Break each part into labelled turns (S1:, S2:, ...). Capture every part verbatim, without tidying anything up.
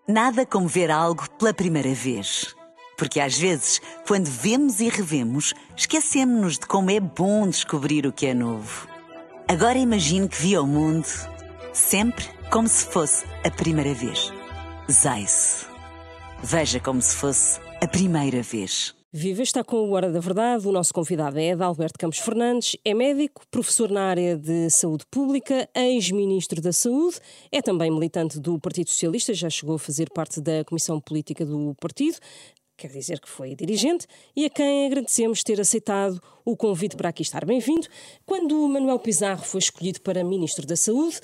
S1: Nada como ver algo pela primeira vez. Porque às vezes, quando vemos e revemos, esquecemos-nos de como é bom descobrir o que é novo. Agora imagine que viu o mundo sempre como se fosse a primeira vez. Zais. Veja como se fosse a primeira vez.
S2: Viva, está com o Hora da Verdade. O nosso convidado é Adalberto Campos Fernandes, é médico, professor na área de saúde pública, ex-ministro da Saúde, é também militante do Partido Socialista, já chegou a fazer parte da Comissão Política do partido, quer dizer que foi dirigente, e a quem agradecemos ter aceitado o convite para aqui estar. Bem-vindo. Quando o Manuel Pizarro foi escolhido para Ministro da Saúde,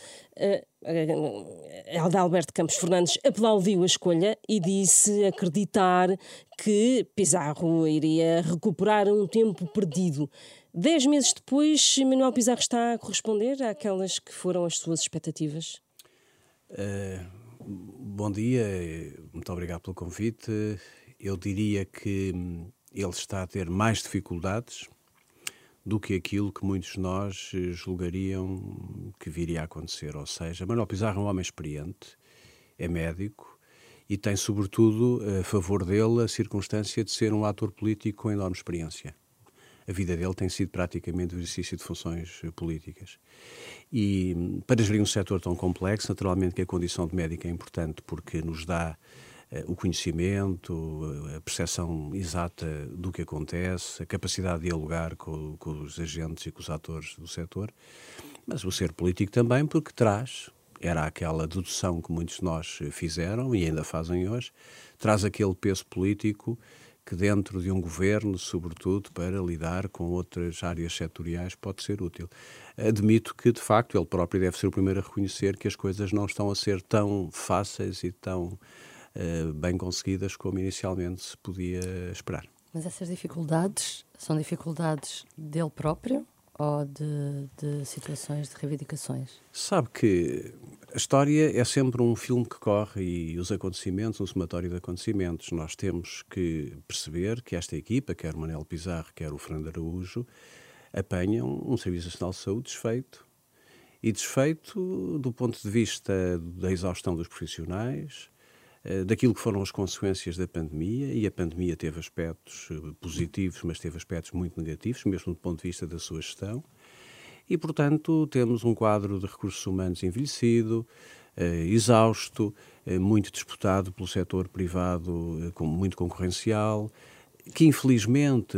S2: uh, Adalberto Campos Fernandes aplaudiu a escolha e disse acreditar que Pizarro iria recuperar um tempo perdido. Dez meses depois, Manuel Pizarro está a corresponder àquelas que foram as suas expectativas?
S3: Uh, bom dia, muito obrigado pelo convite. Eu diria que ele está a ter mais dificuldades do que aquilo que muitos de nós julgariam que viria a acontecer. Ou seja, Manuel Pizarro é um homem experiente, é médico e tem, sobretudo, a favor dele a circunstância de ser um ator político com enorme experiência. A vida dele tem sido praticamente o exercício de funções políticas. E para gerir um setor tão complexo, naturalmente que a condição de médico é importante porque nos dá o conhecimento, a percepção exata do que acontece, a capacidade de dialogar com, com os agentes e com os atores do setor, mas o ser político também porque traz, era aquela dedução que muitos de nós fizeram e ainda fazem hoje, traz aquele peso político que dentro de um governo, sobretudo para lidar com outras áreas setoriais, pode ser útil. Admito que, de facto, ele próprio deve ser o primeiro a reconhecer que as coisas não estão a ser tão fáceis e tão Uh, bem conseguidas como inicialmente se podia esperar.
S4: Mas essas dificuldades são dificuldades dele próprio ou de, de situações de reivindicações?
S3: Sabe que a história é sempre um filme que corre e os acontecimentos, um somatório de acontecimentos. Nós temos que perceber que esta equipa, quer o Manuel Pizarro, quer o Fernando Araújo, apanham um Serviço Nacional de Saúde desfeito. E desfeito do ponto de vista da exaustão dos profissionais, daquilo que foram as consequências da pandemia, e a pandemia teve aspectos positivos, mas teve aspectos muito negativos, mesmo do ponto de vista da sua gestão, e, portanto, temos um quadro de recursos humanos envelhecido, eh, exausto, eh, muito disputado pelo setor privado, eh, com, muito concorrencial, que, infelizmente,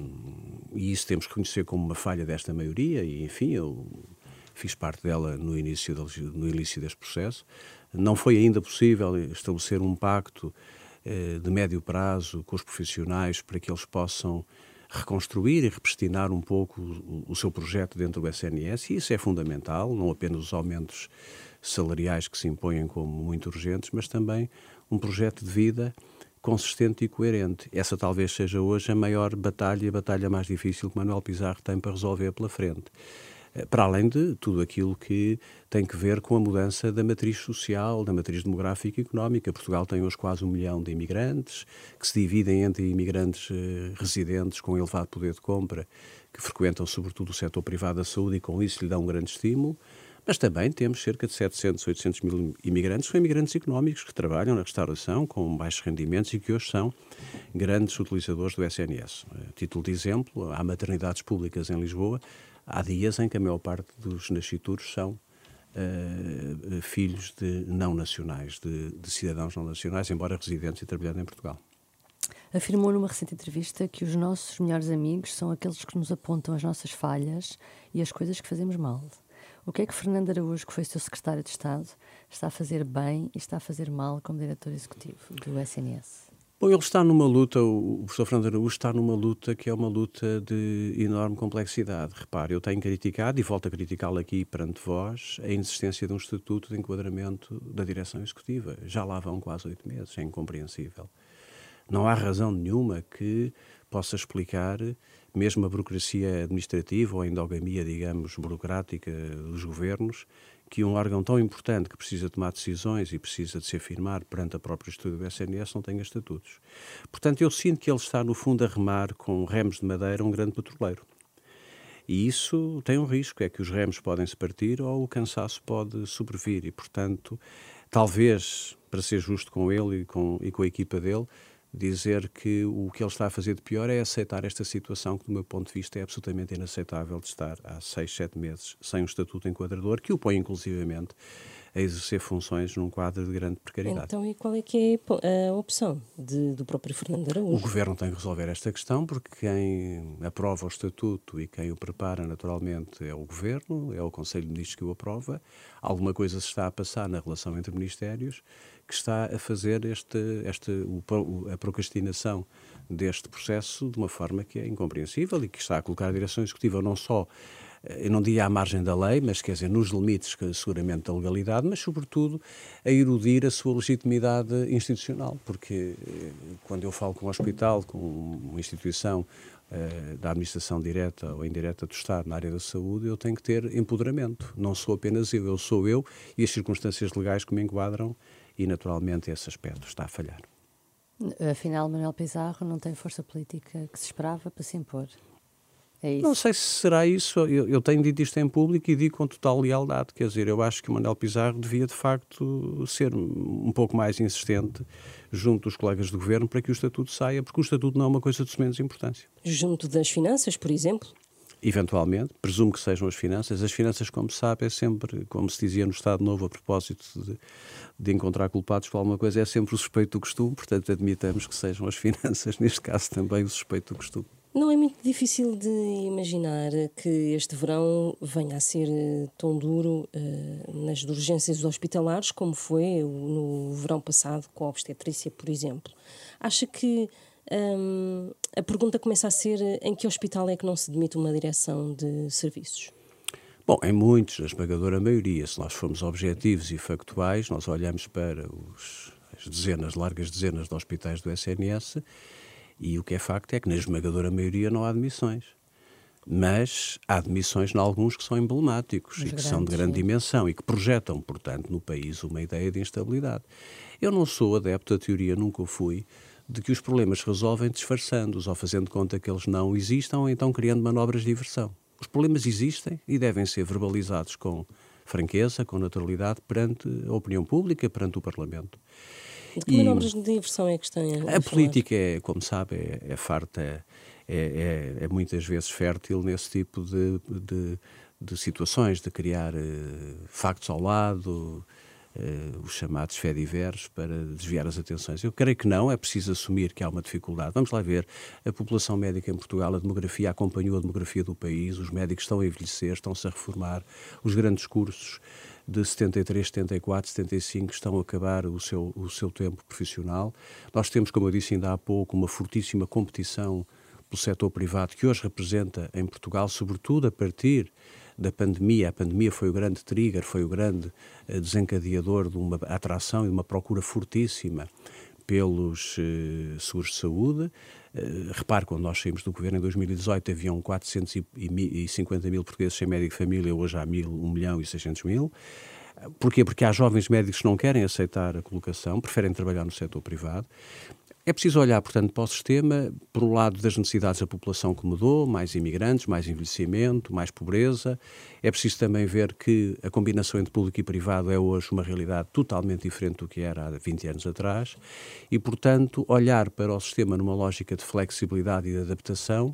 S3: e isso temos que reconhecer como uma falha desta maioria, e, enfim, eu fiz parte dela no início, no início deste processo. Não foi ainda possível estabelecer um pacto eh, de médio prazo com os profissionais para que eles possam reconstruir e repristinar um pouco o, o seu projeto dentro do S N S, e isso é fundamental, não apenas os aumentos salariais que se impõem como muito urgentes, mas também um projeto de vida consistente e coerente. Essa talvez seja hoje a maior batalha e a batalha mais difícil que Manuel Pizarro tem para resolver pela frente. Para além de tudo aquilo que tem que ver com a mudança da matriz social, da matriz demográfica e económica. Portugal tem hoje quase um milhão de imigrantes, que se dividem entre imigrantes eh, residentes com elevado poder de compra, que frequentam sobretudo o setor privado da saúde e com isso lhe dão um grande estímulo, mas também temos cerca de setecentos, oitocentos mil imigrantes, que são imigrantes económicos que trabalham na restauração com baixos rendimentos e que hoje são grandes utilizadores do S N S. A título de exemplo, há maternidades públicas em Lisboa. Há dias em que a maior parte dos nascituros são uh, filhos de não nacionais, de, de cidadãos não nacionais, embora residentes e trabalhando em Portugal.
S4: Afirmou numa recente entrevista que os nossos melhores amigos são aqueles que nos apontam as nossas falhas e as coisas que fazemos mal. O que é que Fernando Araújo, que foi seu secretário de Estado, está a fazer bem e está a fazer mal como diretor executivo do S N S?
S3: Bom, ele está numa luta, o professor Fernando Araújo está numa luta que é uma luta de enorme complexidade. Repare, eu tenho criticado, e volto a criticá-lo aqui perante vós, a inexistência de um estatuto de enquadramento da direção executiva. Já lá vão quase oito meses, é incompreensível. Não há razão nenhuma que possa explicar, mesmo a burocracia administrativa ou a endogamia, digamos, burocrática dos governos, que um órgão tão importante que precisa tomar decisões e precisa de se afirmar perante a própria estrutura do S N S não tenha estatutos. Portanto, eu sinto que ele está, no fundo, a remar com remos de madeira um grande petroleiro. E isso tem um risco, é que os remos podem se partir ou o cansaço pode sobrevir e, portanto, talvez, para ser justo com ele e com, e com a equipa dele, dizer que o que ele está a fazer de pior é aceitar esta situação que, do meu ponto de vista, é absolutamente inaceitável de estar há seis, sete meses sem um estatuto enquadrador, que o põe, inclusivamente, a exercer funções num quadro de grande precariedade.
S2: Então, e qual é que é a opção de, do próprio Fernando Araújo?
S3: O Governo tem que resolver esta questão, porque quem aprova o Estatuto e quem o prepara, naturalmente, é o Governo, é o Conselho de Ministros que o aprova. Alguma coisa se está a passar na relação entre ministérios que está a fazer este, este, o, a procrastinação deste processo de uma forma que é incompreensível e que está a colocar a direção executiva não só, eu não diria à margem da lei, mas quer dizer, nos limites que, seguramente da legalidade, mas sobretudo a erudir a sua legitimidade institucional, porque quando eu falo com um hospital, com uma instituição uh, da administração direta ou indireta do Estado na área da saúde, eu tenho que ter empoderamento, não sou apenas eu, eu sou eu e as circunstâncias legais que me enquadram e naturalmente esse aspecto está a falhar.
S4: Afinal, Manuel Pizarro não tem força política que se esperava para se impor. É isso.
S3: Não sei se será isso, eu, eu tenho dito isto em público e digo com total lealdade, quer dizer, eu acho que o Manuel Pizarro devia de facto ser um pouco mais insistente junto dos colegas do Governo para que o Estatuto saia, porque o Estatuto não é uma coisa de menos importância.
S2: Junto das finanças, por exemplo?
S3: Eventualmente, presumo que sejam as finanças. As finanças, como se sabe, é sempre, como se dizia no Estado Novo, a propósito de, de encontrar culpados por alguma coisa, é sempre o suspeito do costume, portanto admitamos que sejam as finanças, neste caso também o suspeito do costume.
S2: Não é muito difícil de imaginar que este verão venha a ser tão duro uh, nas urgências hospitalares como foi no verão passado com a obstetrícia, por exemplo. Acha que um, a pergunta começa a ser em que hospital é que não se demite uma direção de serviços?
S3: Bom, em muitos, a esmagadora maioria, se nós formos objetivos e factuais, nós olhamos para os, as dezenas, largas dezenas de hospitais do S N S e o que é facto é que na esmagadora maioria não há admissões. Mas há admissões em alguns que são emblemáticos Mas e que grandes, são de grande sim. dimensão e que projetam, portanto, no país uma ideia de instabilidade. Eu não sou adepto da teoria, nunca o fui, de que os problemas se resolvem disfarçando-os ou fazendo conta que eles não existam ou então criando manobras de diversão. Os problemas existem e devem ser verbalizados com franqueza, com naturalidade, perante a opinião pública, perante o Parlamento.
S2: De que manobras de diversão é que estão a, a
S3: A política, é, como sabe, é, é farta, é, é, é muitas vezes fértil nesse tipo de, de, de situações, de criar uh, factos ao lado, uh, os chamados fediveres, para desviar as atenções. Eu creio que não, é preciso assumir que há uma dificuldade. Vamos lá ver, a população médica em Portugal, a demografia acompanhou a demografia do país, os médicos estão a envelhecer, estão-se a reformar, os grandes cursos de setenta e três, setenta e quatro, setenta e cinco estão a acabar o seu, o seu tempo profissional. Nós temos, como eu disse ainda há pouco, uma fortíssima competição pelo setor privado que hoje representa em Portugal, sobretudo a partir da pandemia. A pandemia foi o grande trigger, foi o grande uh, desencadeador de uma atração e de uma procura fortíssima pelos uh, seguros de saúde. Uh, repare, quando nós saímos do governo em dois mil e dezoito haviam quatrocentos e cinquenta mil portugueses sem médico de família, hoje há mil, um milhão e seiscentos mil. Porquê? Porque há jovens médicos que não querem aceitar a colocação, preferem trabalhar no setor privado. É preciso olhar, portanto, para o sistema, por um lado das necessidades da população que mudou, mais imigrantes, mais envelhecimento, mais pobreza. É preciso também ver que a combinação entre público e privado é hoje uma realidade totalmente diferente do que era há vinte anos atrás e, portanto, olhar para o sistema numa lógica de flexibilidade e de adaptação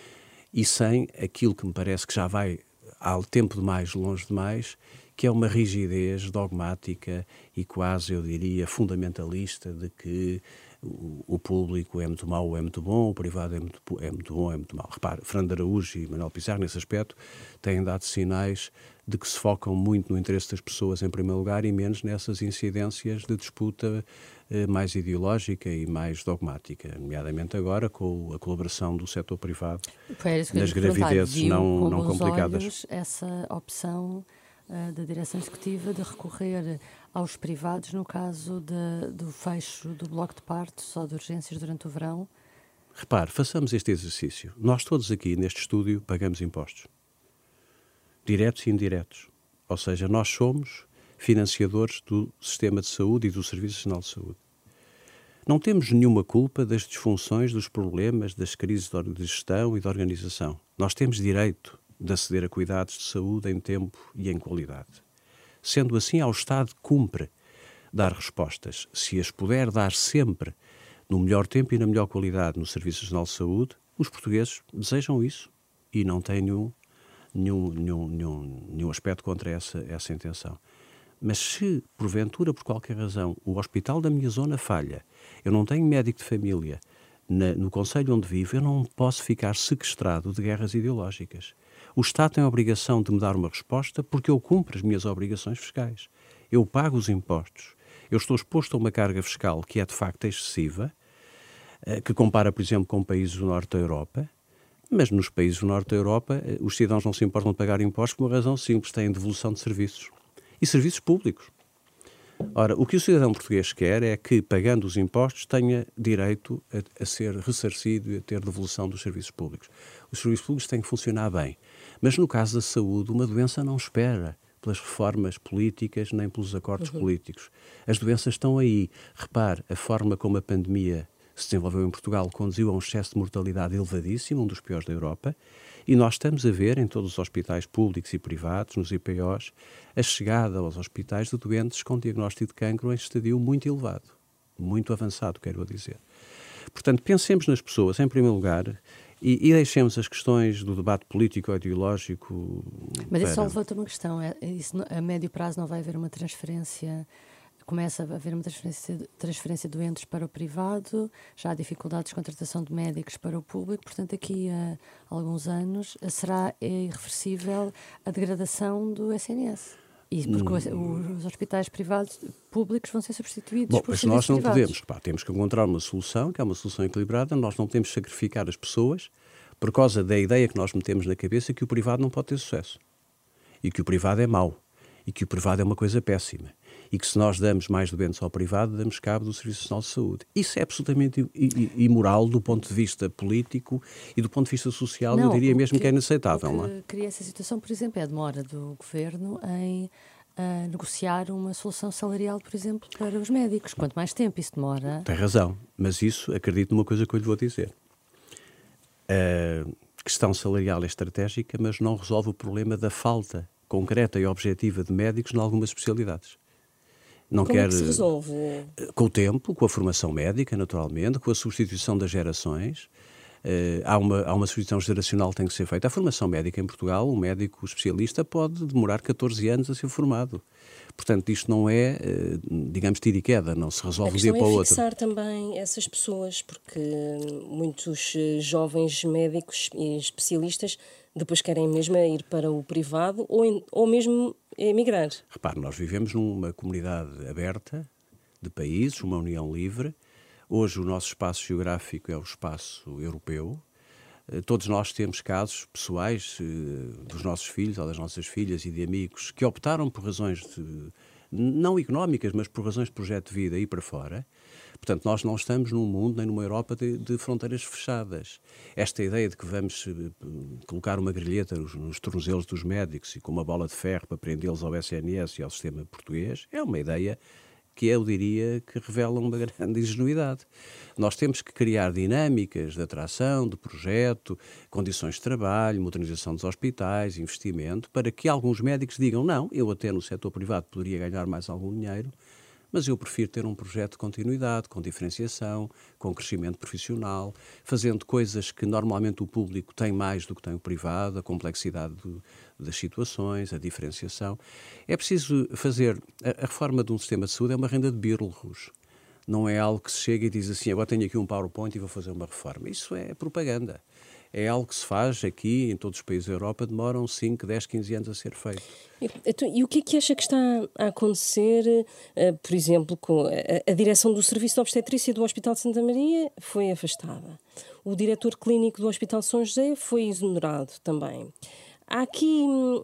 S3: e sem aquilo que me parece que já vai há tempo demais, longe demais, que é uma rigidez dogmática e quase, eu diria, fundamentalista de que o público é muito mau ou é muito bom, o privado é muito, é muito bom ou é muito mau. Repare, Fernando Araújo e Manuel Pizarro, nesse aspecto, têm dado sinais de que se focam muito no interesse das pessoas em primeiro lugar e menos nessas incidências de disputa eh, mais ideológica e mais dogmática, nomeadamente agora com a colaboração do setor privado nas gravidezes não, não complicadas.
S4: Olhos essa opção uh, da direção executiva de recorrer aos privados no caso de, do fecho do bloco de partos ou de urgências durante o verão?
S3: Repare, façamos este exercício. Nós todos aqui neste estúdio pagamos impostos, diretos e indiretos. Ou seja, nós somos financiadores do sistema de saúde e do Serviço Nacional de Saúde. Não temos nenhuma culpa das disfunções, dos problemas, das crises de gestão e de organização. Nós temos direito de aceder a cuidados de saúde em tempo e em qualidade. Sendo assim, ao Estado cumpre dar respostas, se as puder dar sempre no melhor tempo e na melhor qualidade no Serviço Nacional de Saúde, os portugueses desejam isso e não têm nenhum, nenhum, nenhum, nenhum, nenhum aspecto contra essa, essa intenção. Mas se, porventura, por qualquer razão, o hospital da minha zona falha, eu não tenho médico de família na, no concelho onde vivo, eu não posso ficar sequestrado de guerras ideológicas. O Estado tem a obrigação de me dar uma resposta porque eu cumpro as minhas obrigações fiscais. Eu pago os impostos. Eu estou exposto a uma carga fiscal que é, de facto, excessiva, que compara, por exemplo, com países do norte da Europa, mas nos países do norte da Europa os cidadãos não se importam de pagar impostos por uma razão simples, têm devolução de serviços. E serviços públicos. Ora, o que o cidadão português quer é que, pagando os impostos, tenha direito a, a ser ressarcido e a ter devolução dos serviços públicos. Os serviços públicos têm que funcionar bem. Mas, no caso da saúde, uma doença não espera pelas reformas políticas nem pelos acordos uhum. políticos. As doenças estão aí. Repare, a forma como a pandemia se desenvolveu em Portugal conduziu a um excesso de mortalidade elevadíssimo, um dos piores da Europa, e nós estamos a ver em todos os hospitais públicos e privados, nos I P Os, a chegada aos hospitais de doentes com diagnóstico de cancro em estadio muito elevado, muito avançado, quero dizer. Portanto, pensemos nas pessoas, em primeiro lugar, e, e deixemos as questões do debate político ou ideológico.
S4: Mas isso
S3: para...
S4: só levanta uma questão, é, isso, a médio prazo não vai haver uma transferência... Começa a haver uma transferência, transferência de doentes para o privado, já há dificuldades de contratação de médicos para o público, portanto, aqui a alguns anos será irreversível a degradação do S N S. E porque hum. os hospitais privados, públicos vão ser substituídos
S3: Bom,
S4: por
S3: mas
S4: serviços
S3: nós não
S4: privados.
S3: podemos, pá, temos que encontrar uma solução, que é uma solução equilibrada, nós não podemos sacrificar as pessoas por causa da ideia que nós metemos na cabeça que o privado não pode ter sucesso. E que o privado é mau. E que o privado é uma coisa péssima. E que se nós damos mais doentes ao privado, damos cabo do Serviço Nacional de Saúde. Isso é absolutamente imoral do ponto de vista político e do ponto de vista social, não, eu diria mesmo que, que é inaceitável.
S4: O que
S3: não é?
S4: cria essa situação, por exemplo, é a demora do Governo em uh, negociar uma solução salarial, por exemplo, para os médicos. Quanto mais tempo isso demora...
S3: Tem razão, mas isso, acredito numa coisa que eu lhe vou dizer. A questão salarial é estratégica, mas não resolve o problema da falta concreta e objetiva de médicos em algumas especialidades. Não
S2: Como
S3: quer,
S2: é que se resolve?
S3: Com o tempo, com a formação médica, naturalmente, com a substituição das gerações. Uh, há, uma, há uma substituição geracional que tem que ser feita. A formação médica em Portugal, um médico especialista pode demorar catorze anos a ser formado. Portanto, isto não é, uh, digamos, tiro e queda, não se resolve de um dia para o outro.
S2: A questão é fixar também essas pessoas, porque muitos jovens médicos e especialistas depois querem mesmo ir para o privado ou, em, ou mesmo emigrar.
S3: Repare, nós vivemos numa comunidade aberta de países, uma união livre. Hoje o nosso espaço geográfico é o espaço europeu. Todos nós temos casos pessoais dos nossos filhos ou das nossas filhas e de amigos que optaram por razões de, não económicas, mas por razões de projeto de vida ir para fora. Portanto, nós não estamos num mundo nem numa Europa de, de fronteiras fechadas. Esta ideia de que vamos uh, colocar uma grilheta nos, nos tornozelos dos médicos e com uma bola de ferro para prendê-los ao S N S e ao sistema português é uma ideia que eu diria que revela uma grande ingenuidade. Nós temos que criar dinâmicas de atração, de projeto, condições de trabalho, modernização dos hospitais, investimento, para que alguns médicos digam, não, eu até no setor privado poderia ganhar mais algum dinheiro, mas eu prefiro ter um projeto de continuidade, com diferenciação, com crescimento profissional, fazendo coisas que normalmente o público tem mais do que tem o privado, a complexidade do, das situações, a diferenciação. É preciso fazer... A, a reforma de um sistema de saúde é uma renda de birlos. Não é algo que se chega e diz assim, agora tenho aqui um PowerPoint e vou fazer uma reforma. Isso é propaganda. É algo que se faz aqui, em todos os países da Europa, demoram cinco, dez, quinze anos a ser feito.
S2: E, e o que é que acha que está a acontecer, uh, por exemplo, com a, a direção do Serviço de Obstetrícia do Hospital de Santa Maria foi afastada. O diretor clínico do Hospital São José foi exonerado também. Há aqui,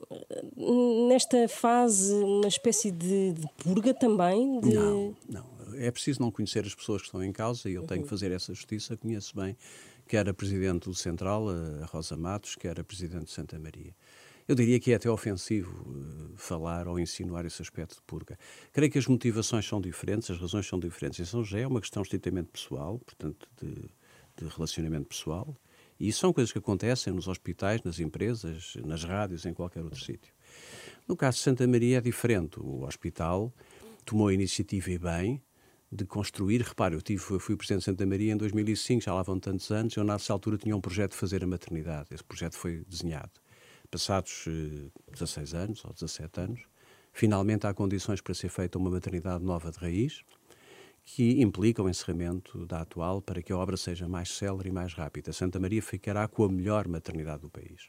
S2: nesta fase, uma espécie de, de purga também? De...
S3: Não, não. É preciso não conhecer as pessoas que estão em causa e eu tenho que fazer essa justiça. Conheço bem que era presidente do Central, a Rosa Matos, que era presidente de Santa Maria. Eu diria que é até ofensivo uh, falar ou insinuar esse aspecto de purga. Creio que as motivações são diferentes, as razões são diferentes. Em São José é uma questão estritamente pessoal, portanto, de, de relacionamento pessoal. E isso são coisas que acontecem nos hospitais, nas empresas, nas rádios, em qualquer outro sítio. No caso de Santa Maria é diferente. O hospital tomou a iniciativa e bem de construir. Repare, eu, tive, eu fui Presidente de Santa Maria em dois mil e cinco, já lá vão tantos anos, eu nessa altura tinha um projeto de fazer a maternidade. Esse projeto foi desenhado. Passados eh, dezasseis anos ou dezassete anos, finalmente há condições para ser feita uma maternidade nova de raiz, que implica o encerramento da atual para que a obra seja mais célere e mais rápida. Santa Maria ficará com a melhor maternidade do país.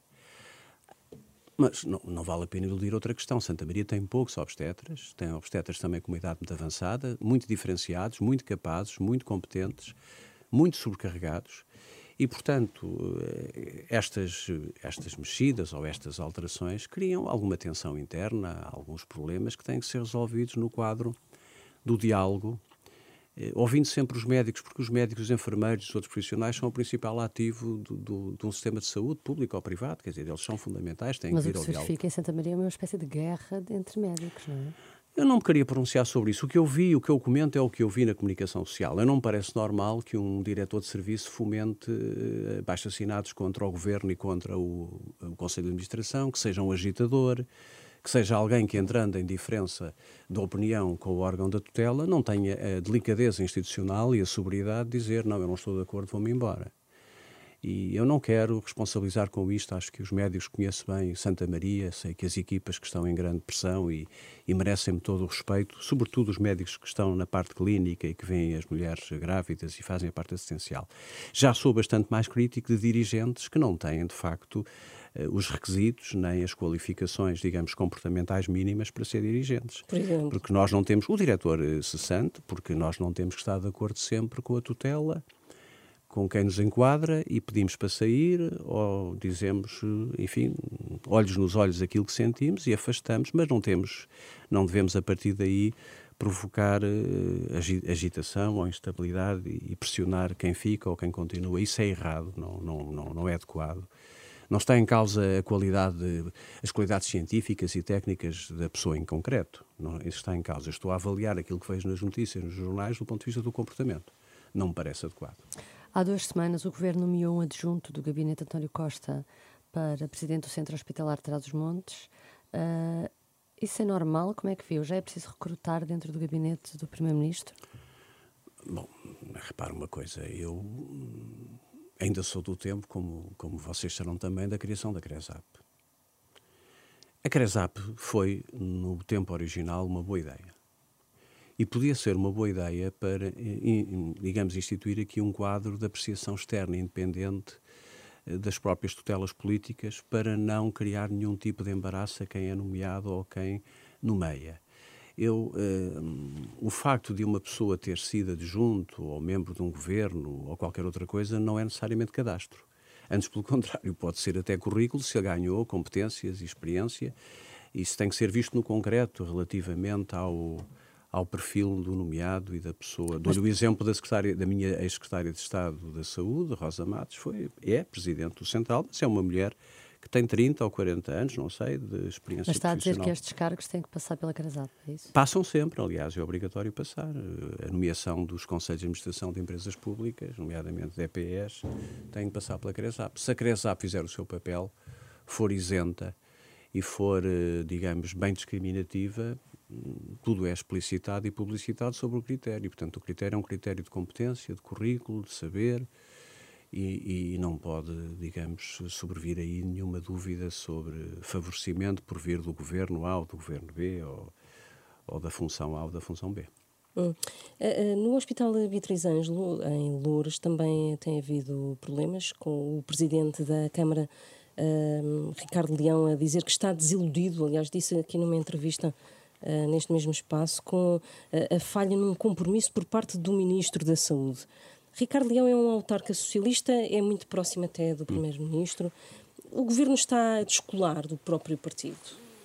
S3: Mas não, não vale a pena iludir outra questão. Santa Maria tem poucos obstetras, tem obstetras também com uma idade muito avançada, muito diferenciados, muito capazes, muito competentes, muito sobrecarregados. E, portanto, estas, estas mexidas ou estas alterações criam alguma tensão interna, alguns problemas que têm que ser resolvidos no quadro do diálogo, ouvindo sempre os médicos, porque os médicos, os enfermeiros e os outros profissionais são o principal ativo do, do, de um sistema de saúde, público ou privado, quer dizer, eles são fundamentais, têm
S4: Mas
S3: que vir
S4: o
S3: ao
S4: que se
S3: diálogo.
S4: verifica em Santa Maria é uma espécie de guerra entre médicos, não é?
S3: Eu não me queria pronunciar sobre isso. O que eu vi, o que eu comento é o que eu vi na comunicação social. Eu não me parece normal que um diretor de serviço fomente uh, abaixo-assinados contra o governo e contra o, o Conselho de Administração, que seja um agitador, que seja alguém que, entrando em diferença de opinião com o órgão da tutela, não tenha a delicadeza institucional e a sobriedade de dizer não, eu não estou de acordo, vou-me embora. E eu não quero responsabilizar com isto, acho que os médicos conhecem bem Santa Maria, sei que as equipas que estão em grande pressão e, e merecem-me todo o respeito, sobretudo os médicos que estão na parte clínica e que veem as mulheres grávidas e fazem a parte assistencial. Já sou bastante mais crítico de dirigentes que não têm, de facto, os requisitos nem as qualificações, digamos, comportamentais mínimas para ser dirigentes.
S2: Por exemplo?
S3: Porque nós não temos, o diretor cessante, porque nós não temos que estar de acordo sempre com a tutela, com quem nos enquadra e pedimos para sair ou dizemos, enfim, olhos nos olhos aquilo que sentimos e afastamos, mas não temos, não devemos a partir daí provocar uh, agitação ou instabilidade e pressionar quem fica ou quem continua. Isso é errado, não, não, não, não é adequado. Não está em causa a qualidade, as qualidades científicas e técnicas da pessoa em concreto. Não, isso está em causa. Estou a avaliar aquilo que vejo nas notícias, nos jornais, do ponto de vista do comportamento. Não me parece adequado.
S4: Há duas semanas o Governo nomeou um adjunto do gabinete António Costa para Presidente do Centro Hospitalar de Trás-os-Montes. Uh, isso é normal? Como é que viu? Já é preciso recrutar dentro do gabinete do Primeiro-Ministro?
S3: Bom, repara uma coisa, eu ainda sou do tempo, como, como vocês serão também, da criação da CRESAP. A CRESAP foi, no tempo original, uma boa ideia. E podia ser uma boa ideia para, digamos, instituir aqui um quadro de apreciação externa independente das próprias tutelas políticas para não criar nenhum tipo de embaraço a quem é nomeado ou quem nomeia. Eu, uh, o facto de uma pessoa ter sido adjunto ou membro de um governo ou qualquer outra coisa não é necessariamente cadastro. Antes, pelo contrário, pode ser até currículo se ele ganhou competências e experiência. Isso tem que ser visto no concreto relativamente ao... ao perfil do nomeado e da pessoa. Dou-lhe o exemplo da, secretária, da minha ex-secretária de Estado da Saúde, Rosa Matos, foi, é presidente do Central, mas é uma mulher que tem trinta ou quarenta anos, não sei, de experiência profissional.
S4: Mas está a dizer que estes cargos têm que passar pela CRESAP, é isso?
S3: Passam sempre, aliás, é obrigatório passar. A nomeação dos Conselhos de Administração de Empresas Públicas, nomeadamente de E P Es, tem que passar pela CRESAP. Se a CRESAP fizer o seu papel, for isenta e for, digamos, bem discriminativa, tudo é explicitado e publicitado sobre o critério. Portanto, o critério é um critério de competência, de currículo, de saber e, e não pode, digamos, sobrevir aí nenhuma dúvida sobre favorecimento por vir do governo A ou do governo B ou, ou da função A ou da função B.
S2: Hum. No Hospital Beatriz Ângelo, em Loures, também tem havido problemas com o presidente da Câmara, um, Ricardo Leão, a dizer que está desiludido, aliás, disse aqui numa entrevista Uh, neste mesmo espaço, com uh, a falha num compromisso por parte do Ministro da Saúde. Ricardo Leão é um autarca socialista, é muito próximo até do Primeiro-Ministro. O Governo está a descolar do próprio partido?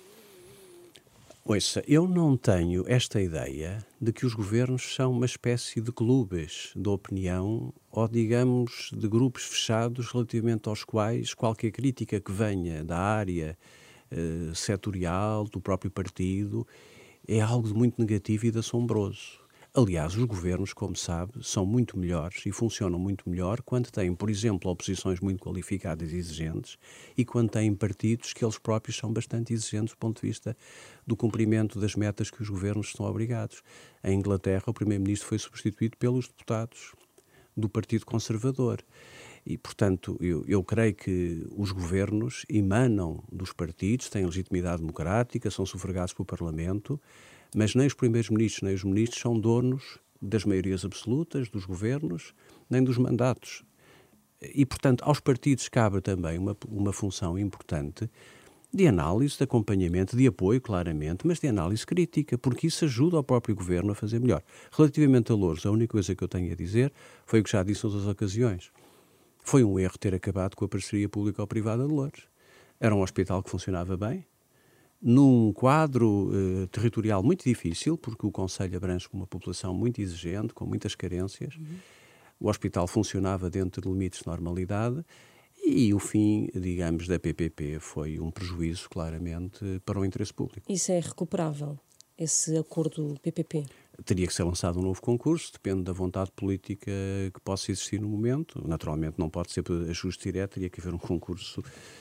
S3: Ouça, eu não tenho esta ideia de que os governos são uma espécie de clubes de opinião ou, digamos, de grupos fechados relativamente aos quais qualquer crítica que venha da área Uh, setorial, do próprio partido, é algo de muito negativo e de assombroso. Aliás, os governos, como sabe, são muito melhores e funcionam muito melhor quando têm, por exemplo, oposições muito qualificadas e exigentes e quando têm partidos que eles próprios são bastante exigentes do ponto de vista do cumprimento das metas que os governos estão obrigados. Em Inglaterra, o primeiro-ministro foi substituído pelos deputados do Partido Conservador. E, portanto, eu, eu creio que os governos emanam dos partidos, têm legitimidade democrática, são sufragados pelo Parlamento, mas nem os primeiros-ministros nem os ministros são donos das maiorias absolutas dos governos, nem dos mandatos. E, portanto, aos partidos cabe também uma, uma função importante de análise, de acompanhamento, de apoio, claramente, mas de análise crítica, porque isso ajuda ao próprio governo a fazer melhor. Relativamente a Loures, a única coisa que eu tenho a dizer foi o que já disse em outras ocasiões. Foi um erro ter acabado com a parceria público-privada de Loures. Era um hospital que funcionava bem, num quadro eh, territorial muito difícil, porque o Conselho abrange uma população muito exigente, com muitas carências. Uhum. O hospital funcionava dentro de limites de normalidade e o fim, digamos, da P P P foi um prejuízo, claramente, para o interesse público.
S2: Isso é recuperável, esse acordo P P P?
S3: Teria que ser lançado um novo concurso, depende da vontade política que possa existir no momento. Naturalmente não pode ser ajuste direto, teria que haver um concurso...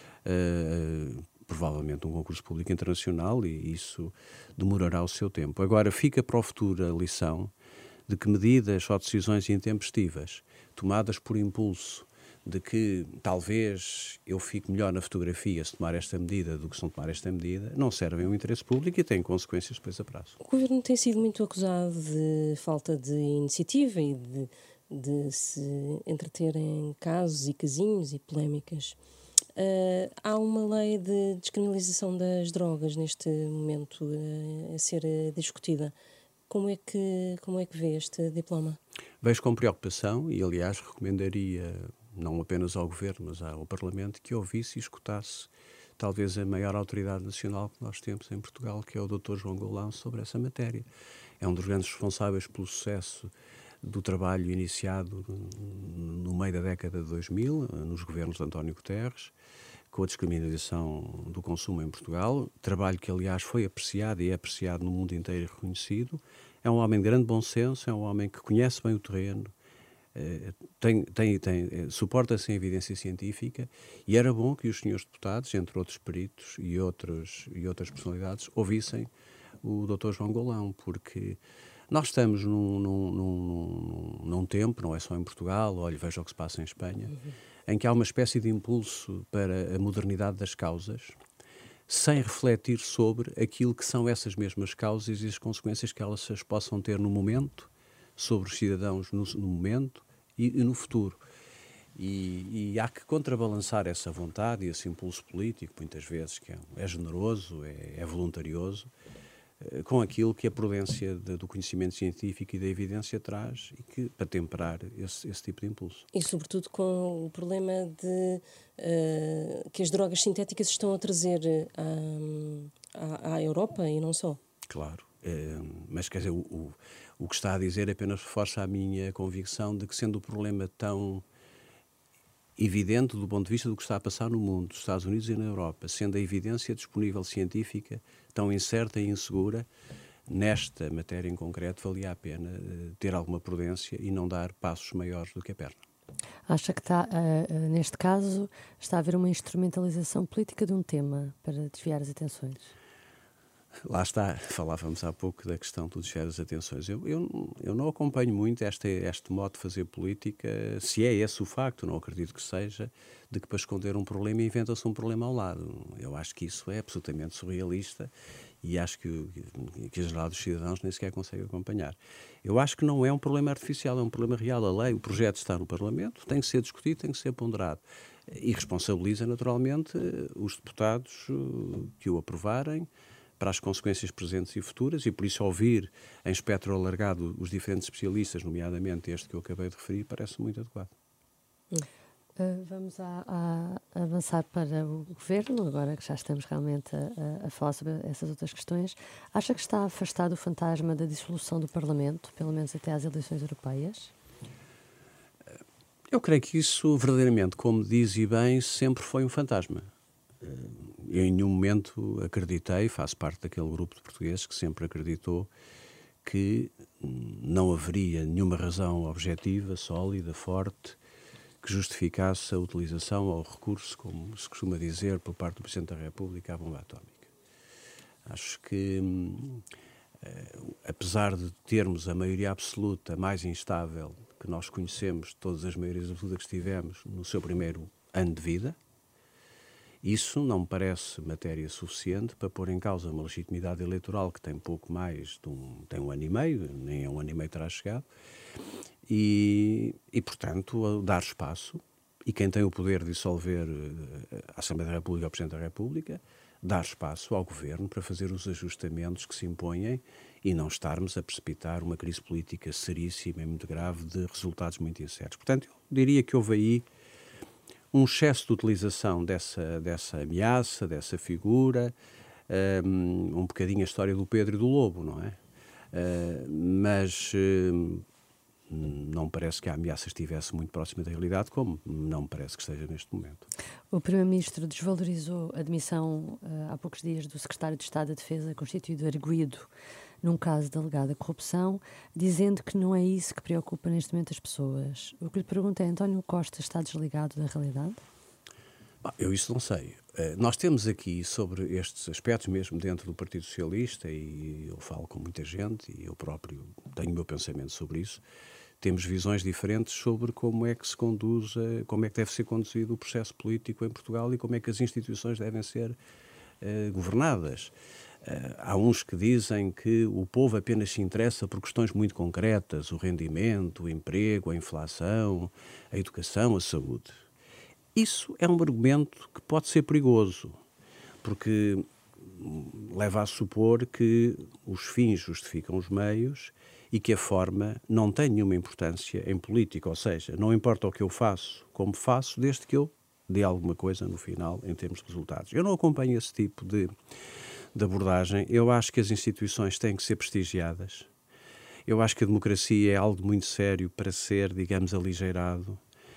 S3: Uh, provavelmente um concurso público internacional e isso demorará o seu tempo. Agora, fica para o futuro a lição de que medidas ou decisões intempestivas, tomadas por impulso, de que talvez eu fique melhor na fotografia se tomar esta medida do que se não tomar esta medida, não servem ao interesse público e têm consequências depois a prazo.
S2: O Governo tem sido muito acusado de falta de iniciativa e de, de se entreter em casos e casinhos e polémicas. Uh, há uma lei de descriminalização das drogas neste momento uh, a ser uh, discutida. Como é que, como é que vê este diploma?
S3: Vejo com preocupação e, aliás, recomendaria não apenas ao Governo, mas ao Parlamento, que ouvisse e escutasse talvez a maior autoridade nacional que nós temos em Portugal, que é o doutor João Golão, sobre essa matéria. É um dos grandes responsáveis pelo sucesso do trabalho iniciado no meio da década de dois mil, nos governos de António Guterres, com a descriminalização do consumo em Portugal, trabalho que, aliás, foi apreciado e é apreciado no mundo inteiro e reconhecido. É um homem de grande bom senso, é um homem que conhece bem o terreno, tem, tem, tem, suporta-se em evidência científica e era bom que os senhores deputados, entre outros peritos e, outros, e outras personalidades, ouvissem o doutor João Golão, porque nós estamos num, num, num, num tempo, não é só em Portugal, olha, veja o que se passa em Espanha, uhum. em que há uma espécie de impulso para a modernidade das causas, sem refletir sobre aquilo que são essas mesmas causas e as consequências que elas possam ter no momento, sobre os cidadãos no, no momento e, e no futuro. E, e há que contrabalançar essa vontade e esse impulso político, muitas vezes, que é, é generoso, é, é voluntarioso, com aquilo que a prudência de, do conhecimento científico e da evidência traz e que, para temperar esse, esse tipo de impulso.
S2: E sobretudo com o problema de uh, que as drogas sintéticas estão a trazer à, à, à Europa e não só.
S3: Claro, é, mas quer dizer, o, o, o que está a dizer apenas reforça a minha convicção de que, sendo o problema tão evidente do ponto de vista do que está a passar no mundo, nos Estados Unidos e na Europa, sendo a evidência disponível científica tão incerta e insegura, nesta matéria em concreto valia a pena uh, ter alguma prudência e não dar passos maiores do que a perna.
S4: Acha que está, uh, uh, neste caso, está a haver uma instrumentalização política de um tema para desviar as atenções?
S3: Lá está, falávamos há pouco da questão do desviar as atenções. Eu, eu, eu não acompanho muito este, este modo de fazer política, se é esse o facto, não acredito que seja, de que para esconder um problema inventa-se um problema ao lado. Eu acho que isso é absolutamente surrealista e acho que, que a geral dos cidadãos nem sequer consegue acompanhar. Eu acho que não é um problema artificial, é um problema real. A lei, o projeto está no Parlamento, tem que ser discutido, tem que ser ponderado. E responsabiliza naturalmente os deputados que o aprovarem, para as consequências presentes e futuras, e por isso ouvir em espectro alargado os diferentes especialistas, nomeadamente este que eu acabei de referir, parece muito adequado.
S4: Uh, vamos a, a avançar para o Governo, agora que já estamos realmente a, a falar sobre essas outras questões. Acha que está afastado o fantasma da dissolução do Parlamento, pelo menos até às eleições europeias?
S3: Eu creio que isso, verdadeiramente, como diz e bem, sempre foi um fantasma. Eu em nenhum momento acreditei, faço parte daquele grupo de portugueses que sempre acreditou que não haveria nenhuma razão objetiva, sólida, forte, que justificasse a utilização ou o recurso, como se costuma dizer, por parte do Presidente da República à bomba atómica. Acho que, uh, apesar de termos a maioria absoluta mais instável que nós conhecemos, todas as maiorias absolutas que tivemos no seu primeiro ano de vida, isso não me parece matéria suficiente para pôr em causa uma legitimidade eleitoral que tem pouco mais de um, tem um ano e meio, nem é um ano e meio terá chegado, e, e portanto, dar espaço, e quem tem o poder de dissolver a Assembleia da República, o Presidente da República, dar espaço ao Governo para fazer os ajustamentos que se impõem e não estarmos a precipitar uma crise política seríssima e muito grave de resultados muito incertos. Portanto, eu diria que houve aí um excesso de utilização dessa, dessa ameaça, dessa figura, um, um bocadinho a história do Pedro e do Lobo, não é? Uh, mas uh, não me parece que a ameaça estivesse muito próxima da realidade, como não me parece que esteja neste momento.
S4: O Primeiro-Ministro desvalorizou a admissão uh, há poucos dias do Secretário de Estado da Defesa, constituído arguido num caso de alegada corrupção, dizendo que não é isso que preocupa neste momento as pessoas. O que lhe pergunto é, António Costa está desligado da realidade?
S3: Bah, eu isso não sei. Uh, nós temos aqui, sobre estes aspectos mesmo dentro do Partido Socialista, e eu falo com muita gente, e eu próprio tenho o meu pensamento sobre isso, temos visões diferentes sobre como é que se conduz, uh, como é que deve ser conduzido o processo político em Portugal e como é que as instituições devem ser uh, governadas. Uh, há uns que dizem que o povo apenas se interessa por questões muito concretas, o rendimento, o emprego, a inflação, a educação, a saúde. Isso é um argumento que pode ser perigoso, porque leva a supor que os fins justificam os meios e que a forma não tem nenhuma importância em política, ou seja, não importa o que eu faço, como faço, desde que eu dê alguma coisa no final em termos de resultados. Eu não acompanho esse tipo de de abordagem. Eu acho que as instituições têm que ser prestigiadas. Eu acho que a democracia é algo muito sério para ser, digamos, aligeirado.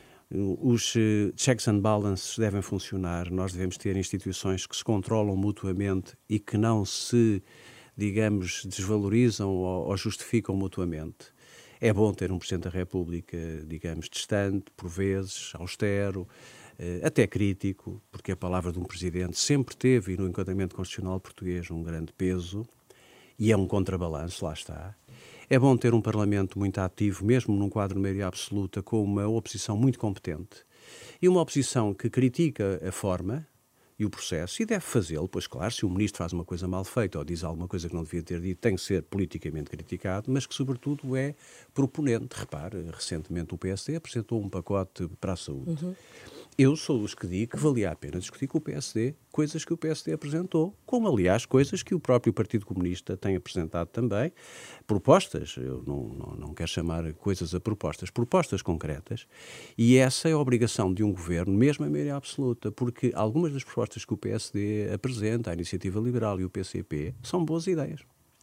S3: Os uh, checks and balances devem funcionar. Nós devemos ter instituições que se controlam mutuamente e que não se, digamos, desvalorizam ou, ou justificam mutuamente. É bom ter um Presidente da República, digamos, distante, por vezes, austero, até crítico, porque a palavra de um Presidente sempre teve, no enquadramento constitucional português, um grande peso, e é um contrabalanço, lá está. É bom ter um Parlamento muito ativo, mesmo num quadro de maioria absoluta, com uma oposição muito competente, e uma oposição que critica a forma e o processo, e deve fazê-lo, pois claro, se o Ministro faz uma coisa mal feita ou diz alguma coisa que não devia ter dito, tem que ser politicamente criticado, mas que sobretudo é proponente. Repare, recentemente o P S D apresentou um pacote para a saúde. Uhum. Eu sou dos que digo que valia a pena discutir com o P S D coisas que o P S D apresentou, como, aliás, coisas que o próprio Partido Comunista tem apresentado também. Propostas, eu não, não, não quero chamar coisas a propostas, propostas concretas, e essa é a obrigação de um governo, mesmo a maioria absoluta, porque algumas das propostas que o P S D apresenta, a Iniciativa Liberal e o P C P, são boas ideias.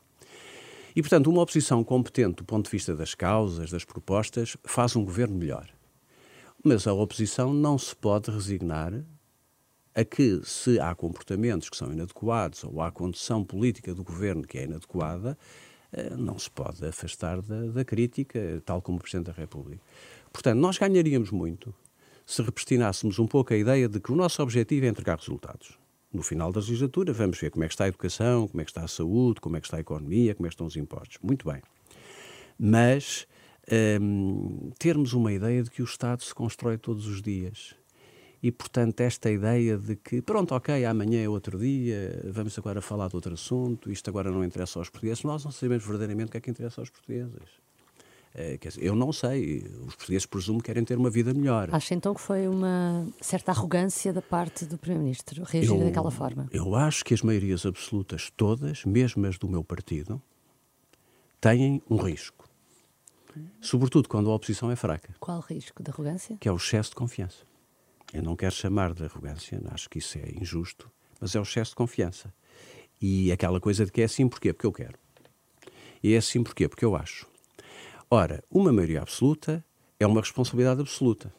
S3: E, portanto, uma oposição competente do ponto de vista das causas, das propostas, faz um governo melhor. Mas a oposição não se pode resignar a que, se há comportamentos que são inadequados ou há condução política do governo que é inadequada, não se pode afastar da, da crítica, tal como o Presidente da República. Portanto, nós ganharíamos muito se repristinássemos um pouco a ideia de que o nosso objetivo é entregar resultados. No final da legislatura vamos ver como é que está a educação, como é que está a saúde, como é que está a economia, como é que estão os impostos. Muito bem. Mas Um, termos uma ideia de que o Estado se constrói todos os dias e, portanto, esta ideia de que, pronto, ok, amanhã é outro dia, vamos agora falar de outro assunto, isto agora não interessa aos portugueses, nós não sabemos verdadeiramente o que é que interessa aos portugueses. Uh, quer dizer, eu não sei, os portugueses presumo que querem ter uma vida melhor.
S4: Acha então que foi uma certa arrogância da parte do Primeiro-Ministro reagir eu, daquela forma?
S3: Eu acho que as maiorias absolutas todas, mesmo as do meu partido, têm um risco. Sobretudo quando a oposição é fraca.
S4: Qual o risco? De arrogância?
S3: Que é o excesso de confiança. Eu não quero chamar de arrogância, acho que isso é injusto, mas é o excesso de confiança. E aquela coisa de que é assim porquê? Porque eu quero. E é assim porquê? Porque eu acho. Ora, uma maioria absoluta é uma responsabilidade absoluta.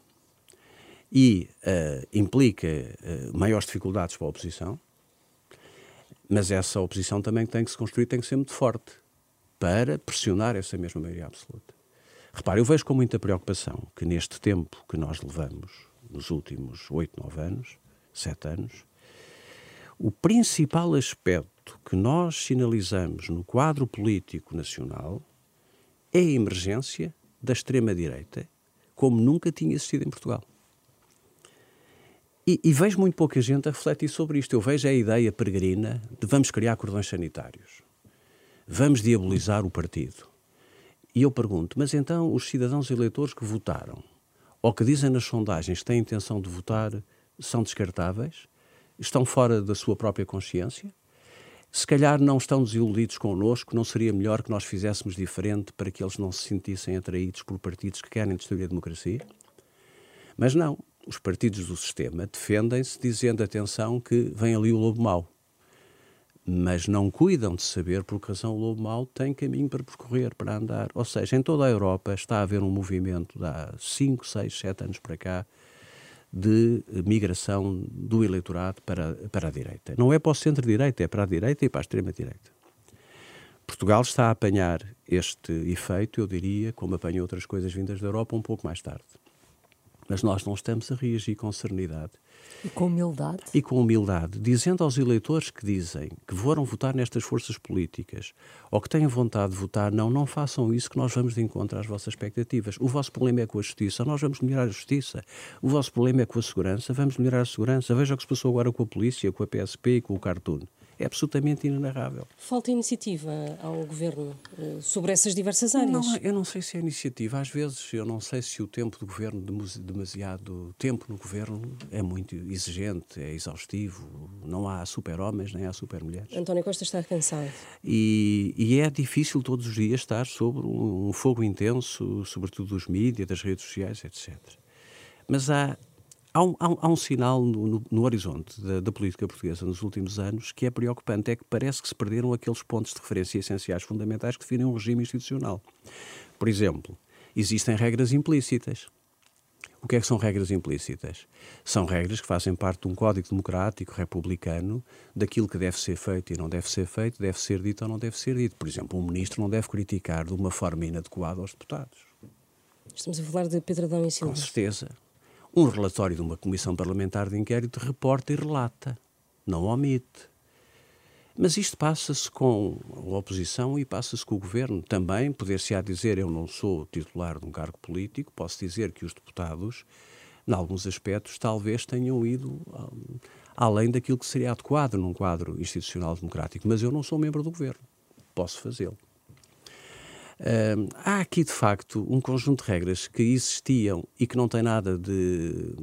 S3: E uh, implica uh, maiores dificuldades para a oposição, mas essa oposição também tem que se construir, tem que ser muito forte. para pressionar essa mesma maioria absoluta. Repare, eu vejo com muita preocupação que neste tempo que nós levamos, nos últimos oito, nove anos, sete anos, o principal aspecto que nós sinalizamos no quadro político nacional é a emergência da extrema-direita, como nunca tinha existido em Portugal. E, e vejo muito pouca gente a refletir sobre isto. Eu vejo a ideia peregrina de vamos criar cordões sanitários, vamos diabolizar o partido. E eu pergunto, mas então os cidadãos eleitores que votaram, ou que dizem nas sondagens que têm intenção de votar, são descartáveis? Estão fora da sua própria consciência? Se calhar não estão desiludidos connosco, não seria melhor que nós fizéssemos diferente para que eles não se sentissem atraídos por partidos que querem destruir a democracia? Mas não, os partidos do sistema defendem-se dizendo, atenção, que vem ali o lobo mau. Mas não cuidam de saber por que razão o lobo mau tem caminho para percorrer, para andar. Ou seja, em toda a Europa está a haver um movimento de há cinco, seis, sete anos para cá de migração do eleitorado para, para a direita. Não é para o centro-direita, é para a direita e para a extrema-direita. Portugal está a apanhar este efeito, eu diria, como apanha outras coisas vindas da Europa, um pouco mais tarde. Mas nós não estamos a reagir com serenidade.
S4: E com humildade.
S3: E com humildade, dizendo aos eleitores que dizem que foram votar nestas forças políticas ou que têm vontade de votar, não, não façam isso que nós vamos de encontro às vossas expectativas. O vosso problema é com a justiça, nós vamos melhorar a justiça. O vosso problema é com a segurança, vamos melhorar a segurança. Veja o que se passou agora com a polícia, com a P S P e com o Cartoon. É absolutamente inenarrável.
S2: Falta iniciativa ao Governo uh, sobre essas diversas áreas?
S3: Não, eu não sei se é iniciativa. Às vezes, eu não sei se o tempo do Governo, demasiado tempo no Governo, é muito exigente, é exaustivo. Não há super-homens, nem há super-mulheres.
S2: António Costa está cansado.
S3: E, e é difícil todos os dias estar sobre um, um fogo intenso, sobretudo dos mídias, das redes sociais, etcétera. Mas há... Há um, há um sinal no, no, no horizonte da, da política portuguesa nos últimos anos que é preocupante, é que parece que se perderam aqueles pontos de referência essenciais, fundamentais, que definem um regime institucional. Por exemplo, existem regras implícitas. O que é que são regras implícitas? São regras que fazem parte de um código democrático, republicano, daquilo que deve ser feito e não deve ser feito, deve ser dito ou não deve ser dito. Por exemplo, um ministro não deve criticar de uma forma inadequada aos deputados.
S2: Estamos a falar de Pedro Adão e Silva.
S3: Com certeza. Um relatório de uma comissão parlamentar de inquérito reporta e relata, não omite. Mas isto passa-se com a oposição e passa-se com o governo. Também poder-se-á dizer, eu não sou titular de um cargo político, posso dizer que os deputados, em alguns aspectos, talvez tenham ido um, além daquilo que seria adequado num quadro institucional democrático. Mas eu não sou membro do governo, posso fazê-lo. Uh, há aqui, de facto, um conjunto de regras que existiam e que não tem nada de,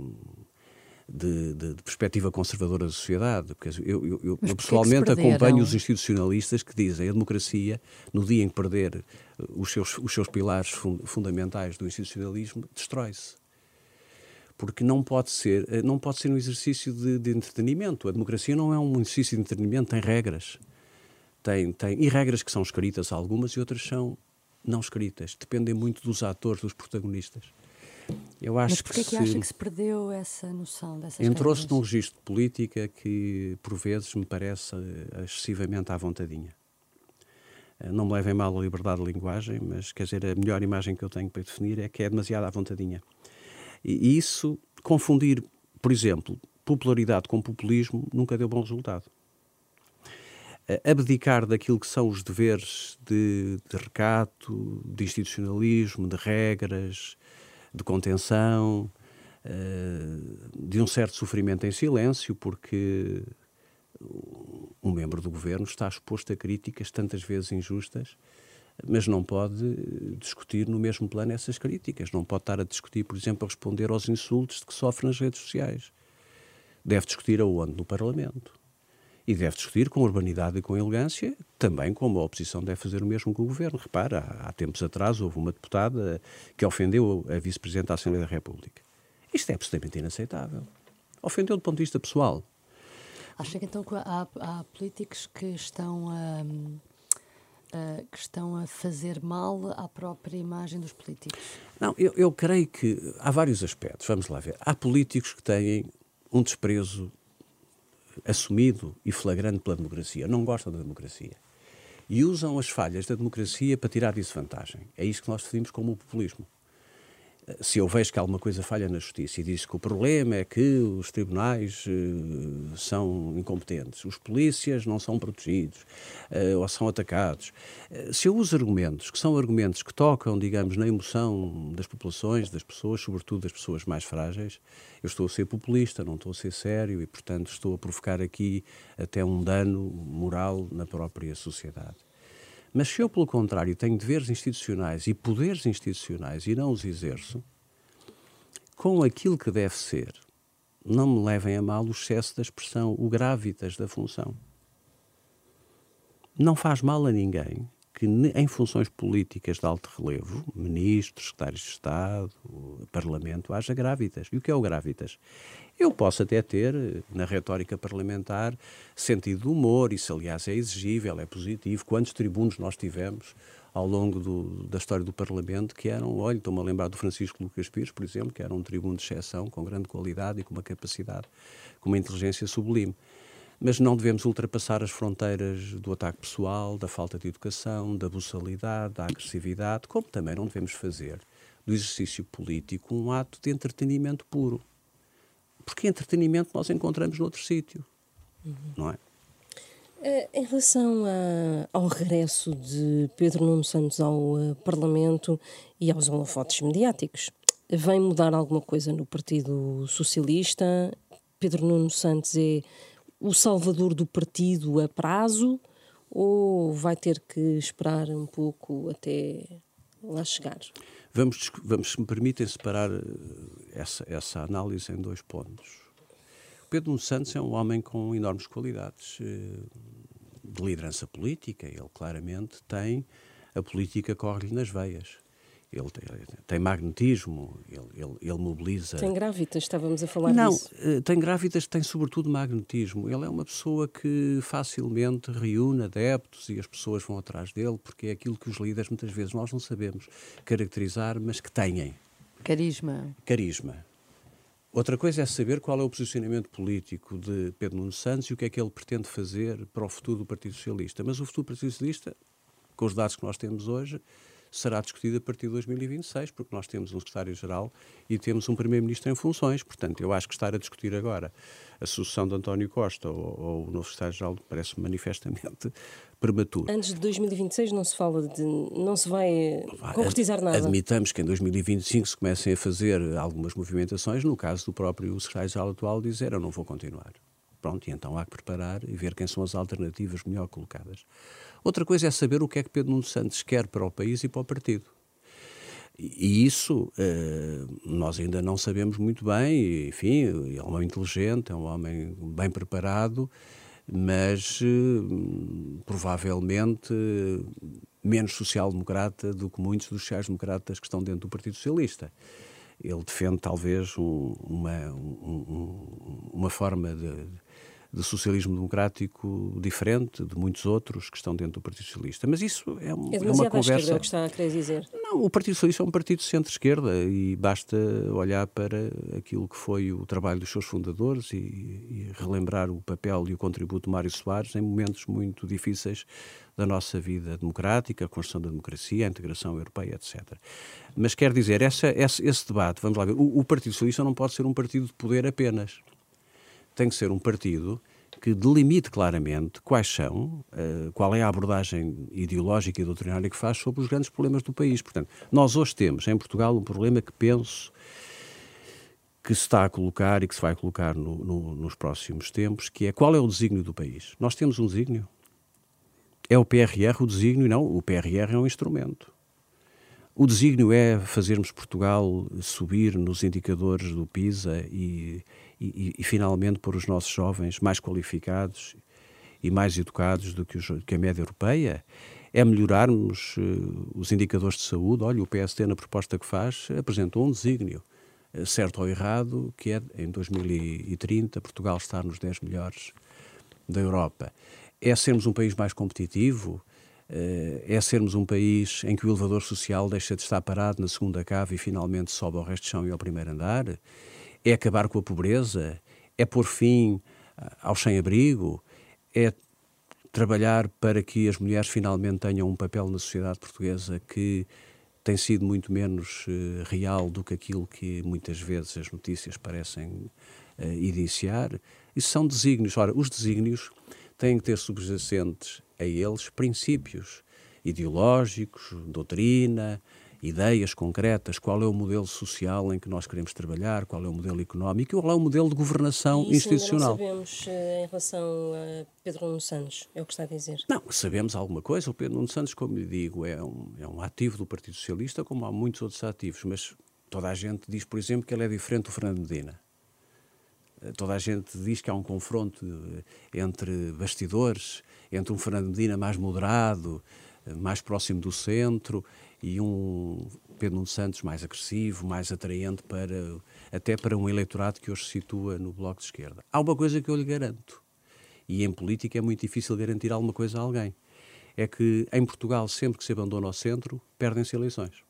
S3: de, de, de perspectiva conservadora da sociedade. Porque eu, eu, eu, eu pessoalmente é acompanho os institucionalistas que dizem que a democracia, no dia em que perder os seus, os seus pilares fund, fundamentais do institucionalismo, destrói-se. Porque não pode ser, não pode ser um exercício de, de entretenimento. A democracia não é um exercício de entretenimento, tem regras. Tem, tem, e regras que são escritas algumas e outras são não escritas, dependem muito dos atores, dos protagonistas. Eu acho
S4: Mas porquê
S3: que,
S4: que acha que se perdeu essa noção dessas regras?
S3: Entrou-se num registro de política que, por vezes, me parece excessivamente à vontadinha. Não me levem mal a liberdade de linguagem, mas, quer dizer, a melhor imagem que eu tenho para definir é que é demasiado à vontadinha. E isso, confundir, por exemplo, popularidade com populismo, nunca deu bom resultado. Abdicar daquilo que são os deveres de, de recato, de institucionalismo, de regras, de contenção, de um certo sofrimento em silêncio, porque um membro do governo está exposto a críticas tantas vezes injustas, mas não pode discutir no mesmo plano essas críticas. Não pode estar a discutir, por exemplo, a responder aos insultos de que sofre nas redes sociais. Deve discutir aonde? No Parlamento. E deve discutir com urbanidade e com elegância, também como a oposição deve fazer o mesmo com o governo. Repara, há, há tempos atrás houve uma deputada que ofendeu a vice-presidente da Assembleia da República. Isto é absolutamente inaceitável. Ofendeu do ponto de vista pessoal.
S4: Acha que então há, há políticos que estão a, a, que estão a fazer mal à própria imagem dos políticos?
S3: Não, eu, eu creio que há vários aspectos. Vamos lá ver. Há políticos que têm um desprezo assumido e flagrante pela democracia. Não gostam da democracia. e usam as falhas da democracia para tirar disso vantagem. É isso que nós definimos como o populismo. Se eu vejo que alguma coisa falha na justiça e diz que o problema é que os tribunais uh, são incompetentes, os polícias não são protegidos uh, ou são atacados, uh, se eu uso argumentos que são argumentos que tocam, digamos, na emoção das populações, das pessoas, sobretudo das pessoas mais frágeis, eu estou a ser populista, não estou a ser sério e, portanto, estou a provocar aqui até um dano moral na própria sociedade. Mas se eu, pelo contrário, tenho deveres institucionais e poderes institucionais e não os exerço, com aquilo que deve ser, não me levem a mal o excesso da expressão, o gravitas da função. Não faz mal a ninguém que, em funções políticas de alto relevo, ministros, secretários de Estado, Parlamento, haja gravitas. E o que é o gravitas? Eu posso até ter, na retórica parlamentar, sentido de humor, isso aliás é exigível, é positivo. Quantos tribunos nós tivemos ao longo do, da história do Parlamento que eram, olha, estou-me a lembrar do Francisco Lucas Pires, por exemplo, que era um tribuno de exceção, com grande qualidade e com uma capacidade, com uma inteligência sublime. Mas não devemos ultrapassar as fronteiras do ataque pessoal, da falta de educação, da buçalidade, da agressividade, como também não devemos fazer do exercício político um ato de entretenimento puro. Porque entretenimento nós encontramos noutro sítio, uhum. não é?
S2: Em relação a, ao regresso de Pedro Nuno Santos ao uh, Parlamento e aos holofotes mediáticos, vem mudar alguma coisa no Partido Socialista? Pedro Nuno Santos é o salvador do partido a prazo ou vai ter que esperar um pouco até lá chegar?
S3: Vamos, vamos se me permitem, separar essa, essa análise em dois pontos. Pedro Nuno Santos é um homem com enormes qualidades de liderança política. Ele claramente tem, a política corre-lhe nas veias. Ele tem, tem magnetismo, ele, ele, ele mobiliza...
S2: Tem grávidas, estávamos a falar
S3: Não,
S2: disso.
S3: Não, tem grávidas, tem sobretudo magnetismo. Ele é uma pessoa que facilmente reúne adeptos e as pessoas vão atrás dele, porque é aquilo que os líderes muitas vezes nós não sabemos caracterizar, mas que têm.
S4: Carisma.
S3: Carisma. Outra coisa é saber qual é o posicionamento político de Pedro Nuno Santos e o que é que ele pretende fazer para o futuro do Partido Socialista. Mas o futuro do Partido Socialista, com os dados que nós temos hoje, será discutido a partir de dois mil e vinte e seis, porque nós temos um secretário-geral e temos um primeiro-ministro em funções. Portanto, eu acho que estar a discutir agora a sucessão de António Costa ou, ou o novo secretário-geral parece manifestamente prematuro.
S2: Antes de dois mil e vinte e seis não se fala de... não se vai concretizar nada.
S3: Admitamos que em dois mil e vinte e cinco se comecem a fazer algumas movimentações, no caso do próprio secretário-geral atual dizer eu não vou continuar. Pronto, e então há que preparar e ver quem são as alternativas melhor colocadas. Outra coisa é saber o que é que Pedro Nuno Santos quer para o país e para o partido. E isso eh, nós ainda não sabemos muito bem, e, enfim, é um homem inteligente, é um homem bem preparado, mas eh, provavelmente menos social-democrata do que muitos dos sociais-democratas que estão dentro do Partido Socialista. Ele defende talvez um, uma, um, uma forma de, de socialismo democrático diferente de muitos outros que estão dentro do Partido Socialista. Mas isso é, um,
S2: é,
S3: é uma conversa...
S2: É o que está a querer dizer.
S3: Não, o Partido Socialista é um partido de centro-esquerda e basta olhar para aquilo que foi o trabalho dos seus fundadores e, e relembrar o papel e o contributo de Mário Soares em momentos muito difíceis da nossa vida democrática, a construção da democracia, a integração europeia, etcétera. Mas quer dizer, essa, esse, esse debate, vamos lá ver, o, o Partido Socialista não pode ser um partido de poder apenas. Tem que ser um partido que delimite claramente quais são, uh, qual é a abordagem ideológica e doutrinária que faz sobre os grandes problemas do país. Portanto, nós hoje temos em Portugal um problema que penso que se está a colocar e que se vai colocar no, no, nos próximos tempos, que é qual é o desígnio do país. Nós temos um desígnio. É o P R R o desígnio? Não, o P R R é um instrumento. O desígnio é fazermos Portugal subir nos indicadores do PISA e, e, e finalmente pôr os nossos jovens mais qualificados e mais educados do que, os, que a média europeia? É melhorarmos uh, os indicadores de saúde? Olha, o P S D na proposta que faz apresentou um desígnio, uh, certo ou errado, que é em dois mil e trinta Portugal estar nos dez melhores da Europa. É sermos um país mais competitivo? É sermos um país em que o elevador social deixa de estar parado na segunda cave e finalmente sobe ao resto de chão e ao primeiro andar? É acabar com a pobreza? É pôr fim ao sem-abrigo? É trabalhar para que as mulheres finalmente tenham um papel na sociedade portuguesa que tem sido muito menos uh, real do que aquilo que muitas vezes as notícias parecem uh, evidenciar. Isso são desígnios. Ora, os desígnios têm que ter subjacentes a eles princípios ideológicos, doutrina, ideias concretas, qual é o modelo social em que nós queremos trabalhar, qual é o modelo económico e qual é o modelo de governação
S2: e isso
S3: institucional.
S2: Ainda não sabemos uh, em relação a Pedro Nuno Santos, é o que está a dizer?
S3: Não, sabemos alguma coisa. O Pedro Nuno Santos, como lhe digo, é um, é um ativo do Partido Socialista, como há muitos outros ativos, mas toda a gente diz, por exemplo, que ele é diferente do Fernando Medina. Toda a gente diz que há um confronto entre bastidores, entre um Fernando Medina mais moderado, mais próximo do centro, e um Pedro Nuno Santos mais agressivo, mais atraente para, até para um eleitorado que hoje se situa no Bloco de Esquerda. Há uma coisa que eu lhe garanto, e em política é muito difícil garantir alguma coisa a alguém, é que em Portugal, sempre que se abandona o centro, perdem-se eleições.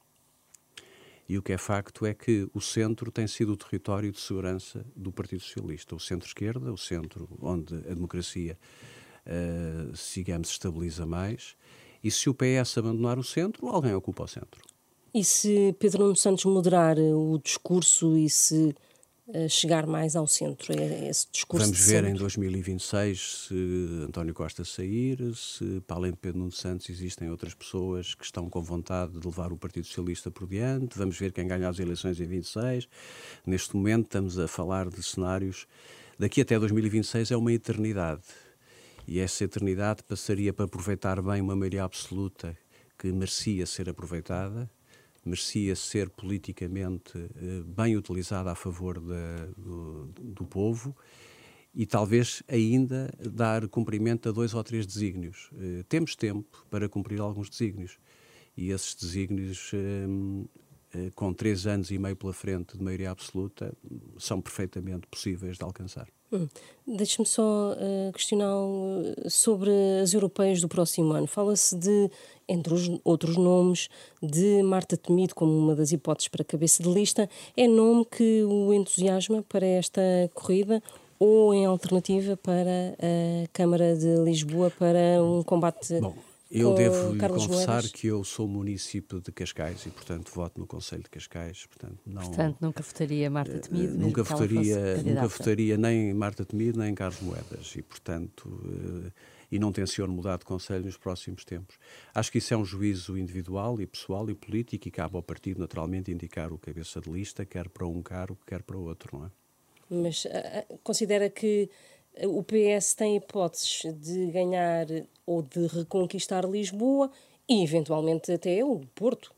S3: E o que é facto é que o centro tem sido o território de segurança do Partido Socialista. O centro-esquerda, o centro onde a democracia, uh, digamos, se estabiliza mais. E se o P S abandonar o centro, alguém ocupa o centro.
S2: E se Pedro Nuno Santos moderar o discurso e se uh, chegar mais ao centro, é esse discurso?
S3: Vamos ver em dois mil e vinte e seis se António Costa sair, se para além de Pedro Nuno Santos existem outras pessoas que estão com vontade de levar o Partido Socialista por diante. Vamos ver quem ganha as eleições em vinte e seis. Neste momento estamos a falar de cenários. Daqui até dois mil e vinte e seis é uma eternidade. E essa eternidade passaria para aproveitar bem uma maioria absoluta que merecia ser aproveitada, merecia ser politicamente eh, bem utilizada a favor da, do, do povo e talvez ainda dar cumprimento a dois ou três desígnios. Eh, temos tempo para cumprir alguns desígnios e esses desígnios, eh, eh, com três anos e meio pela frente de maioria absoluta, são perfeitamente possíveis de alcançar.
S2: Hum. Deixe-me só uh, questionar sobre as europeias do próximo ano. Fala-se de, entre os outros nomes, de Marta Temido como uma das hipóteses para cabeça de lista. É nome que o entusiasma para esta corrida ou, em alternativa, para a Câmara de Lisboa para um combate?
S3: Bom, eu devo lhe
S2: Carlos
S3: confessar
S2: Moedas?
S3: que eu sou município de Cascais e, portanto, voto no Conselho de Cascais. Portanto, não,
S4: Portanto, nunca votaria Marta Temido, mesmo
S3: nunca
S4: que ela fosse
S3: votaria, nunca
S4: candidata.
S3: votaria nem Marta Temido nem Carlos Moedas e, portanto, eh, e não tenciono mudar de Conselho nos próximos tempos. Acho que isso é um juízo individual e pessoal e político e cabe ao partido, naturalmente, indicar o cabeça de lista, quer para um cargo, quer para outro, não é?
S2: Mas uh, considera que o P S tem hipóteses de ganhar ou de reconquistar Lisboa e, eventualmente, até o Porto?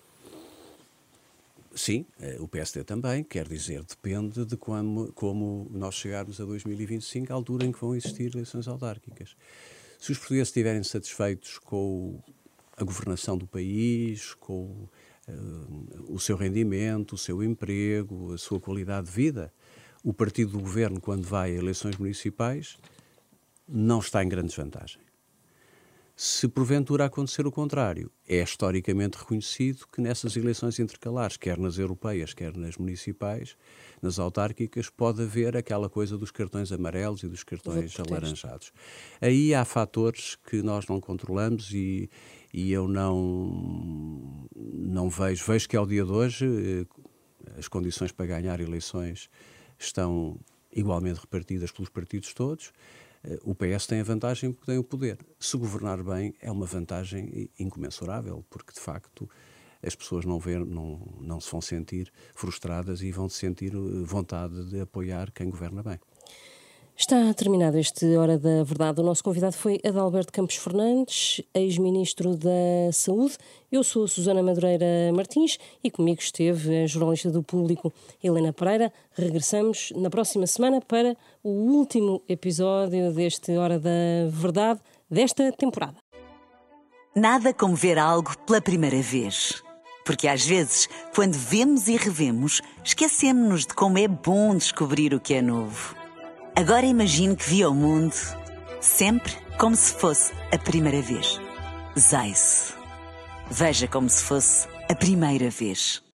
S3: Sim, o P S D também, quer dizer, depende de como, como nós chegarmos a dois mil e vinte e cinco, a altura em que vão existir eleições autárquicas. Se os portugueses estiverem satisfeitos com a governação do país, com uh, o seu rendimento, o seu emprego, a sua qualidade de vida, o partido do governo, quando vai a eleições municipais, não está em grande desvantagem. Se porventura acontecer o contrário, é historicamente reconhecido que nessas eleições intercalares, quer nas europeias, quer nas municipais, nas autárquicas, pode haver aquela coisa dos cartões amarelos e dos cartões alaranjados. Aí há fatores que nós não controlamos e, e eu não, não vejo. Vejo que ao dia de hoje as condições para ganhar eleições estão igualmente repartidas pelos partidos todos. O P S tem a vantagem porque tem o poder. Se governar bem é uma vantagem incomensurável, porque de facto as pessoas não, ver, não, não se vão sentir frustradas e vão sentir vontade de apoiar quem governa bem.
S2: Está terminado este Hora da Verdade. O nosso convidado foi Adalberto Campos Fernandes, ex-ministro da Saúde. Eu sou a Susana Madureira Martins e comigo esteve a jornalista do Público, Helena Pereira. Regressamos na próxima semana para o último episódio deste Hora da Verdade desta temporada.
S1: Nada como ver algo pela primeira vez. Porque às vezes, quando vemos e revemos, esquecemos-nos de como é bom descobrir o que é novo. Agora imagine que viu o mundo sempre como se fosse a primeira vez. Zais. Veja como se fosse a primeira vez.